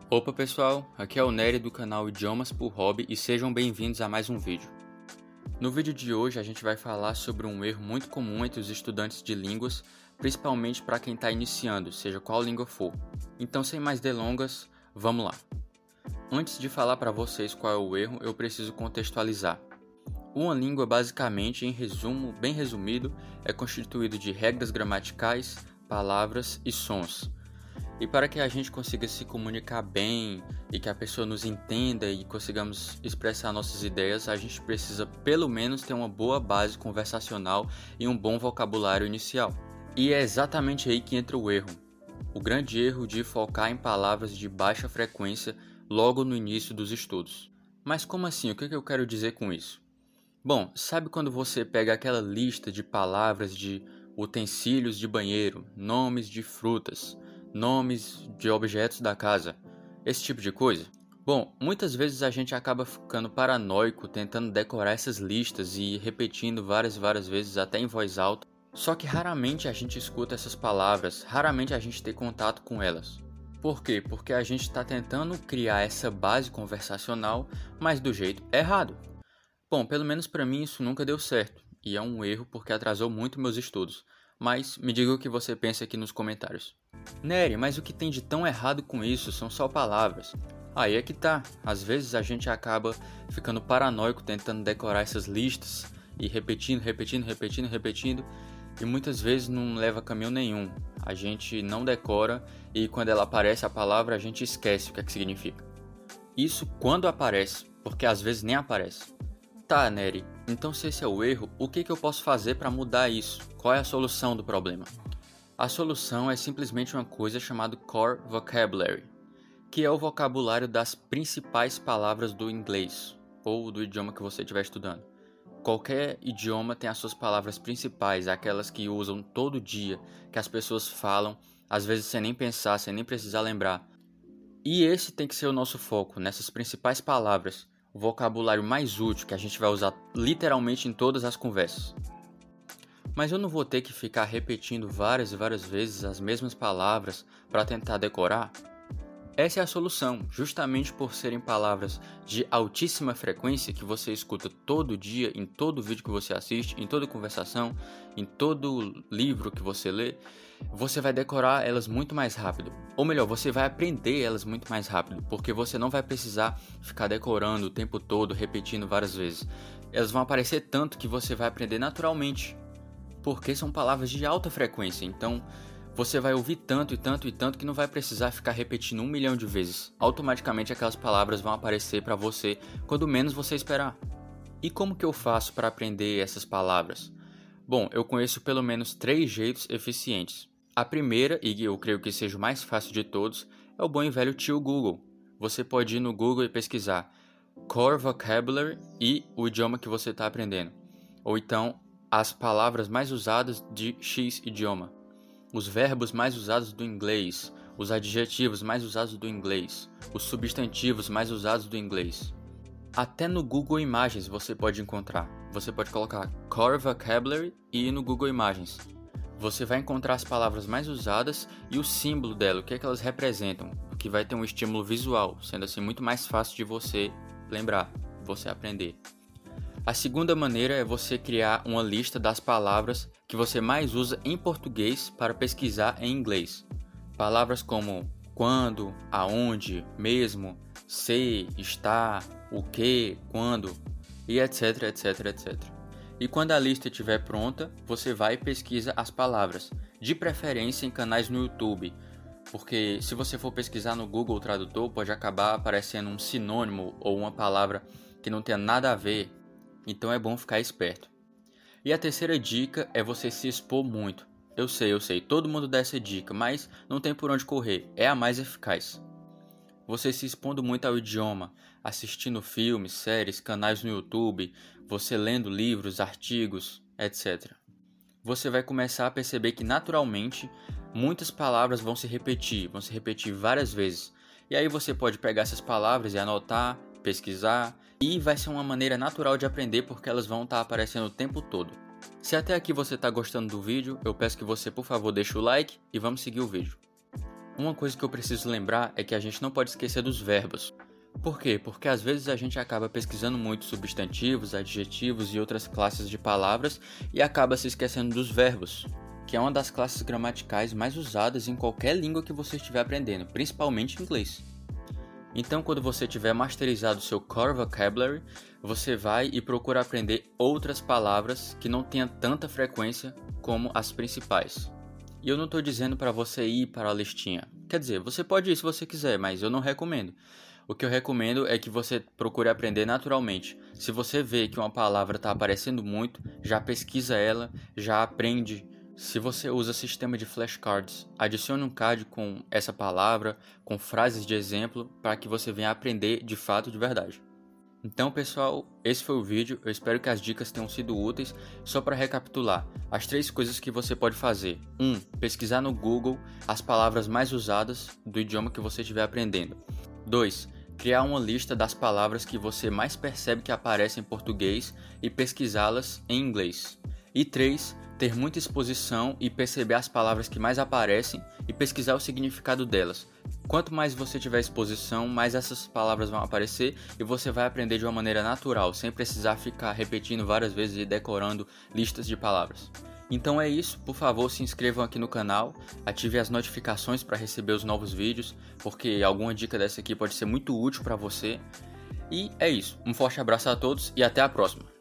Opa pessoal, aqui é o Nery do canal Idiomas por Hobby e sejam bem-vindos a mais um vídeo. No vídeo de hoje a gente vai falar sobre um erro muito comum entre os estudantes de línguas, principalmente para quem está iniciando, seja qual língua for. Então sem mais delongas, vamos lá. Antes de falar para vocês qual é o erro, eu preciso contextualizar. Uma língua basicamente, em resumo, bem resumido, é constituído de regras gramaticais, palavras e sons. E para que a gente consiga se comunicar bem e que a pessoa nos entenda e consigamos expressar nossas ideias, a gente precisa pelo menos ter uma boa base conversacional e um bom vocabulário inicial. E é exatamente aí que entra o erro. O grande erro de focar em palavras de baixa frequência logo no início dos estudos. Mas como assim? O que eu quero dizer com isso? Bom, sabe quando você pega aquela lista de palavras de utensílios de banheiro, nomes de frutas, nomes de objetos da casa, esse tipo de coisa? Bom, muitas vezes a gente acaba ficando paranoico tentando decorar essas listas e repetindo várias vezes até em voz alta, só que raramente a gente escuta essas palavras, raramente a gente tem contato com elas. Por quê? Porque a gente está tentando criar essa base conversacional, mas do jeito errado. Bom, pelo menos para mim isso nunca deu certo, e é um erro porque atrasou muito meus estudos, mas me diga o que você pensa aqui nos comentários. Nery, mas o que tem de tão errado com isso são só palavras. Aí é que tá, às vezes a gente acaba ficando paranoico tentando decorar essas listas e repetindo, e muitas vezes não leva a caminho nenhum. A gente não decora e quando ela aparece a palavra a gente esquece o que é que significa. Isso quando aparece, porque às vezes nem aparece. Tá, Nery, então se esse é o erro, o que eu posso fazer para mudar isso? Qual é a solução do problema? A solução é simplesmente uma coisa chamada Core Vocabulary, que é o vocabulário das principais palavras do inglês, ou do idioma que você estiver estudando. Qualquer idioma tem as suas palavras principais, aquelas que usam todo dia, que as pessoas falam, às vezes sem nem pensar, sem nem precisar lembrar. E esse tem que ser o nosso foco, nessas principais palavras. O vocabulário mais útil que a gente vai usar literalmente em todas as conversas. Mas eu não vou ter que ficar repetindo várias vezes as mesmas palavras para tentar decorar? Essa é a solução, justamente por serem palavras de altíssima frequência que você escuta todo dia, em todo vídeo que você assiste, em toda conversação, em todo livro que você lê, você vai decorar elas muito mais rápido. Ou melhor, você vai aprender elas muito mais rápido, porque você não vai precisar ficar decorando o tempo todo, repetindo várias vezes. Elas vão aparecer tanto que você vai aprender naturalmente, porque são palavras de alta frequência, então você vai ouvir tanto que não vai precisar ficar repetindo 1 milhão de vezes. Automaticamente aquelas palavras vão aparecer para você quando menos você esperar. E como que eu faço para aprender essas palavras? Bom, eu conheço pelo menos 3 jeitos eficientes. A primeira, e eu creio que seja o mais fácil de todos, é o bom e velho tio Google. Você pode ir no Google e pesquisar Core Vocabulary e o idioma que você está aprendendo. Ou então, as palavras mais usadas de X idioma. Os verbos mais usados do inglês, os adjetivos mais usados do inglês, os substantivos mais usados do inglês. Até no Google Imagens você pode encontrar. Você pode colocar Core Vocabulary e ir no Google Imagens. Você vai encontrar as palavras mais usadas e o símbolo dela, o que é que elas representam, que vai ter um estímulo visual, sendo assim muito mais fácil de você lembrar, você aprender. A segunda maneira é você criar uma lista das palavras que você mais usa em português para pesquisar em inglês. Palavras como quando, aonde, mesmo, se, está, o que, quando, e etc. E quando a lista estiver pronta, você vai e pesquisa as palavras, de preferência em canais no YouTube, porque se você for pesquisar no Google Tradutor, pode acabar aparecendo um sinônimo ou uma palavra que não tenha nada a ver. Então é bom ficar esperto. E a terceira dica é você se expor muito. Eu sei, todo mundo dá essa dica, mas não tem por onde correr, é a mais eficaz. Você se expondo muito ao idioma, assistindo filmes, séries, canais no YouTube, você lendo livros, artigos, etc. Você vai começar a perceber que naturalmente muitas palavras vão se repetir várias vezes. E aí você pode pegar essas palavras e anotar, pesquisar, e vai ser uma maneira natural de aprender porque elas vão estar aparecendo o tempo todo. Se até aqui você está gostando do vídeo, eu peço que você por favor deixe o like e vamos seguir o vídeo. Uma coisa que eu preciso lembrar é que a gente não pode esquecer dos verbos. Por quê? Porque às vezes a gente acaba pesquisando muito substantivos, adjetivos e outras classes de palavras e acaba se esquecendo dos verbos, que é uma das classes gramaticais mais usadas em qualquer língua que você estiver aprendendo, principalmente inglês. Então, quando você tiver masterizado o seu Core Vocabulary, você vai e procura aprender outras palavras que não tenham tanta frequência como as principais. E eu não estou dizendo para você ir para a listinha. Quer dizer, você pode ir se você quiser, mas eu não recomendo. O que eu recomendo é que você procure aprender naturalmente. Se você vê que uma palavra está aparecendo muito, já pesquisa ela, já aprende. Se você usa sistema de flashcards, adicione um card com essa palavra, com frases de exemplo, para que você venha aprender de fato de verdade. Então, pessoal, esse foi o vídeo. Eu espero que as dicas tenham sido úteis. Só para recapitular, as 3 coisas que você pode fazer. 1. Pesquisar no Google as palavras mais usadas do idioma que você estiver aprendendo. 2. Criar uma lista das palavras que você mais percebe que aparecem em português e pesquisá-las em inglês. E 3. Ter muita exposição e perceber as palavras que mais aparecem e pesquisar o significado delas. Quanto mais você tiver exposição, mais essas palavras vão aparecer e você vai aprender de uma maneira natural, sem precisar ficar repetindo várias vezes e decorando listas de palavras. Então é isso, por favor se inscrevam aqui no canal, ative as notificações para receber os novos vídeos, porque alguma dica dessa aqui pode ser muito útil para você. E é isso, um forte abraço a todos e até a próxima!